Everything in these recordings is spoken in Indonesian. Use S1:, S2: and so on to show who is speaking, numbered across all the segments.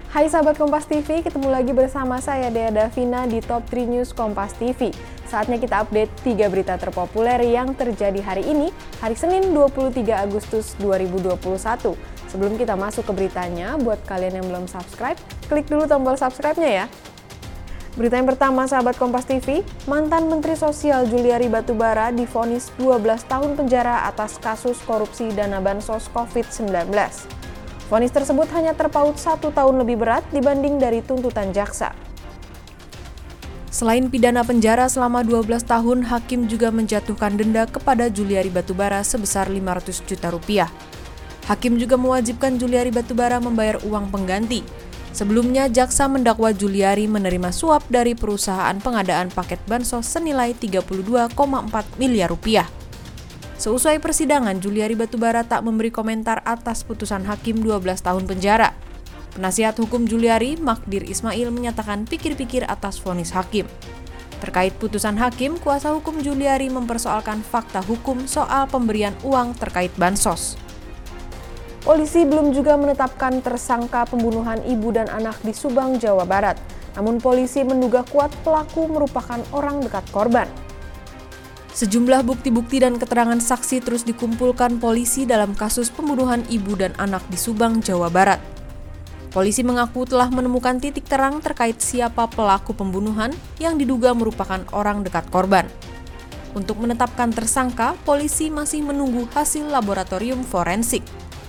S1: Hai sahabat Kompas TV, ketemu lagi bersama saya Dea Davina di Top 3 News Kompas TV. Saatnya kita update 3 berita terpopuler yang terjadi hari ini, hari Senin 23 Agustus 2021. Sebelum kita masuk ke beritanya, buat kalian yang belum subscribe, klik dulu tombol subscribe-nya ya. Berita yang pertama sahabat Kompas TV, mantan Menteri Sosial Juliari Batubara divonis 12 tahun penjara atas kasus korupsi dana bansos COVID-19. Vonis tersebut hanya terpaut 1 tahun lebih berat dibanding dari tuntutan jaksa. Selain pidana penjara selama 12 tahun, hakim juga menjatuhkan denda kepada Juliari Batubara sebesar 500 juta rupiah. Hakim juga mewajibkan Juliari Batubara membayar uang pengganti. Sebelumnya, jaksa mendakwa Juliari menerima suap dari perusahaan pengadaan paket bansos senilai 32,4 miliar rupiah. Seusai persidangan, Juliari Batubara tak memberi komentar atas putusan hakim 12 tahun penjara. Penasihat hukum Juliari, Magdir Ismail, menyatakan pikir-pikir atas vonis hakim. Terkait putusan hakim, kuasa hukum Juliari mempersoalkan fakta hukum soal pemberian uang terkait bansos. Polisi belum juga menetapkan tersangka pembunuhan ibu dan anak di Subang, Jawa Barat. Namun polisi menduga kuat pelaku merupakan orang dekat korban. Sejumlah bukti-bukti dan keterangan saksi terus dikumpulkan polisi dalam kasus pembunuhan ibu dan anak di Subang, Jawa Barat. Polisi mengaku telah menemukan titik terang terkait siapa pelaku pembunuhan yang diduga merupakan orang dekat korban. Untuk menetapkan tersangka, polisi masih menunggu hasil laboratorium forensik.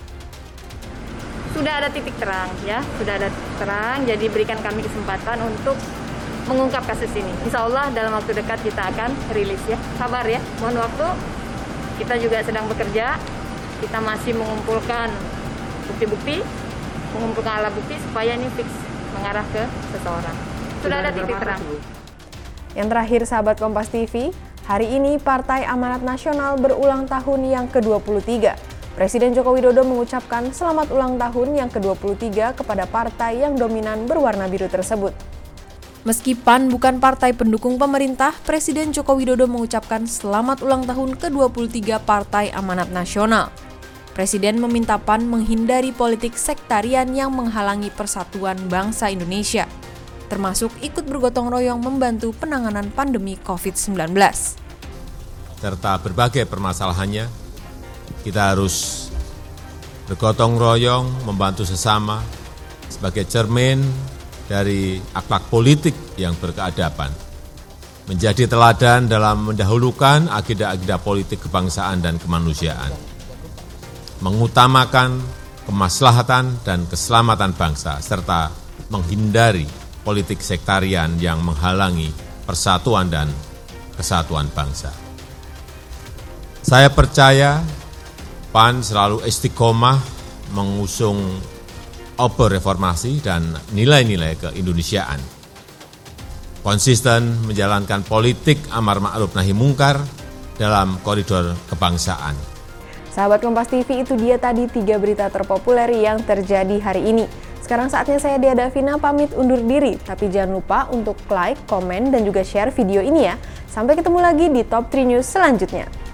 S2: Sudah ada titik terang ya, sudah ada titik terang, jadi berikan kami kesempatan untuk mengungkap kasus ini. Insya Allah dalam waktu dekat kita akan rilis ya. Sabar ya, mohon waktu. Kita juga sedang bekerja. Kita masih mengumpulkan bukti-bukti, mengumpulkan alat bukti supaya ini fix mengarah ke seseorang. Sudah ada titik terang.
S1: Yang terakhir sahabat Kompas TV, hari ini Partai Amanat Nasional berulang tahun yang ke-23. Presiden Joko Widodo mengucapkan selamat ulang tahun yang ke-23 kepada partai yang dominan berwarna biru tersebut. Meski PAN bukan partai pendukung pemerintah, Presiden Joko Widodo mengucapkan selamat ulang tahun ke-23 Partai Amanat Nasional. Presiden meminta PAN menghindari politik sektarian yang menghalangi persatuan bangsa Indonesia, termasuk ikut bergotong royong membantu penanganan pandemi COVID-19.
S3: Serta berbagai permasalahannya, kita harus bergotong royong membantu sesama sebagai cermin dari akhlak politik yang berkeadaban, menjadi teladan dalam mendahulukan agenda-agenda politik kebangsaan dan kemanusiaan, mengutamakan kemaslahatan dan keselamatan bangsa, serta menghindari politik sektarian yang menghalangi persatuan dan kesatuan bangsa. Saya percaya PAN selalu istiqomah mengusung obor reformasi dan nilai-nilai keindonesiaan. Konsisten menjalankan politik amar ma'ruf nahi mungkar dalam koridor kebangsaan.
S1: Sahabat Kompas TV, itu dia tadi 3 berita terpopuler yang terjadi hari ini. Sekarang saatnya saya Dea Davina pamit undur diri, tapi jangan lupa untuk like, komen, dan juga share video ini ya. Sampai ketemu lagi di Top 3 News selanjutnya.